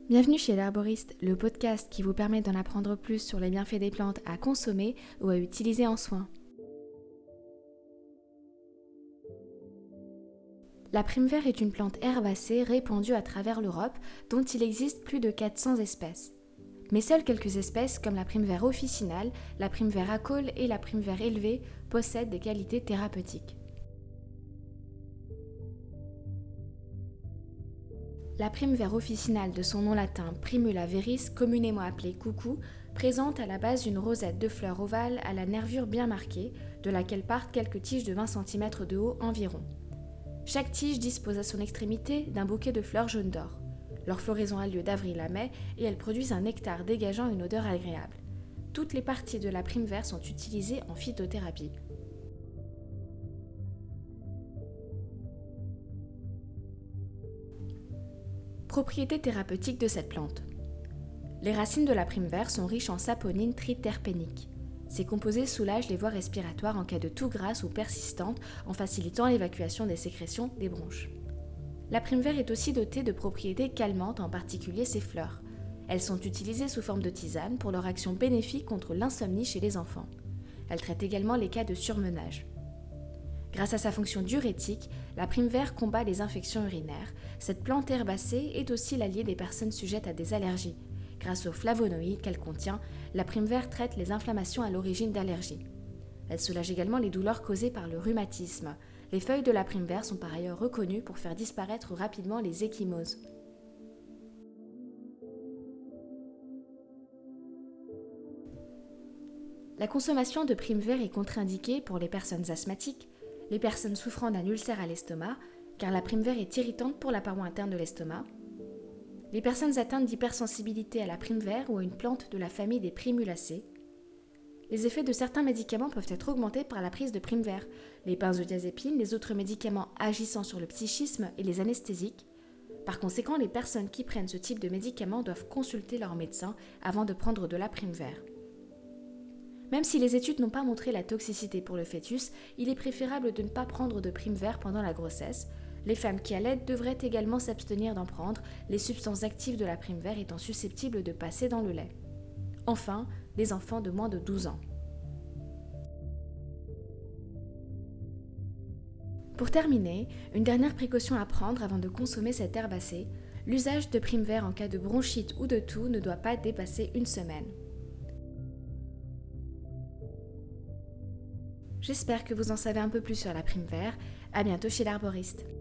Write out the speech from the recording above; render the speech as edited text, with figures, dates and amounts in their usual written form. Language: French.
Bienvenue chez l'Herboriste, le podcast qui vous permet d'en apprendre plus sur les bienfaits des plantes à consommer ou à utiliser en soins. La prime vert est une plante herbacée répandue à travers l'Europe dont il existe plus de 400 espèces. Mais seules quelques espèces comme la prime vert officinale, la prime vert à caules et la prime vert élevée possèdent des qualités thérapeutiques. La prime vert officinale de son nom latin Primula veris, communément appelée coucou, présente à la base une rosette de fleurs ovales à la nervure bien marquée, de laquelle partent quelques tiges de 20 cm de haut environ. Chaque tige dispose à son extrémité d'un bouquet de fleurs jaunes d'or. Leur floraison a lieu d'avril à mai et elles produisent un nectar dégageant une odeur agréable. Toutes les parties de la prime vert sont utilisées en phytothérapie. Propriétés thérapeutiques de cette plante. Les racines de la prime vert sont riches en saponine triterpénique. Ces composés soulagent les voies respiratoires en cas de toux grasse ou persistante en facilitant l'évacuation des sécrétions des bronches. La prime vert est aussi dotée de propriétés calmantes, en particulier ses fleurs. Elles sont utilisées sous forme de tisane pour leur action bénéfique contre l'insomnie chez les enfants. Elle traite également les cas de surmenage. Grâce à sa fonction diurétique, la prime vert combat les infections urinaires. Cette plante herbacée est aussi l'alliée des personnes sujettes à des allergies. Grâce aux flavonoïdes qu'elle contient, la prime vert traite les inflammations à l'origine d'allergies. Elle soulage également les douleurs causées par le rhumatisme. Les feuilles de la prime vert sont par ailleurs reconnues pour faire disparaître rapidement les ecchymoses. La consommation de prime vert est contre-indiquée pour les personnes asthmatiques, les personnes souffrant d'un ulcère à l'estomac, car la prime vert est irritante pour la paroi interne de l'estomac, les personnes atteintes d'hypersensibilité à la prime vert ou à une plante de la famille des primulacées. Les effets de certains médicaments peuvent être augmentés par la prise de prime vert, les benzodiazépines, les autres médicaments agissant sur le psychisme et les anesthésiques. Par conséquent, les personnes qui prennent ce type de médicaments doivent consulter leur médecin avant de prendre de la prime vert. Même si les études n'ont pas montré la toxicité pour le fœtus, il est préférable de ne pas prendre de prime vert pendant la grossesse. Les femmes qui allaitent devraient également s'abstenir d'en prendre, les substances actives de la prime vert étant susceptibles de passer dans le lait. Enfin, les enfants de moins de 12 ans. Pour terminer, une dernière précaution à prendre avant de consommer cette herbacée, l'usage de prime vert en cas de bronchite ou de toux ne doit pas dépasser une semaine. J'espère que vous en savez un peu plus sur la prime vert. À bientôt chez l'Herboriste.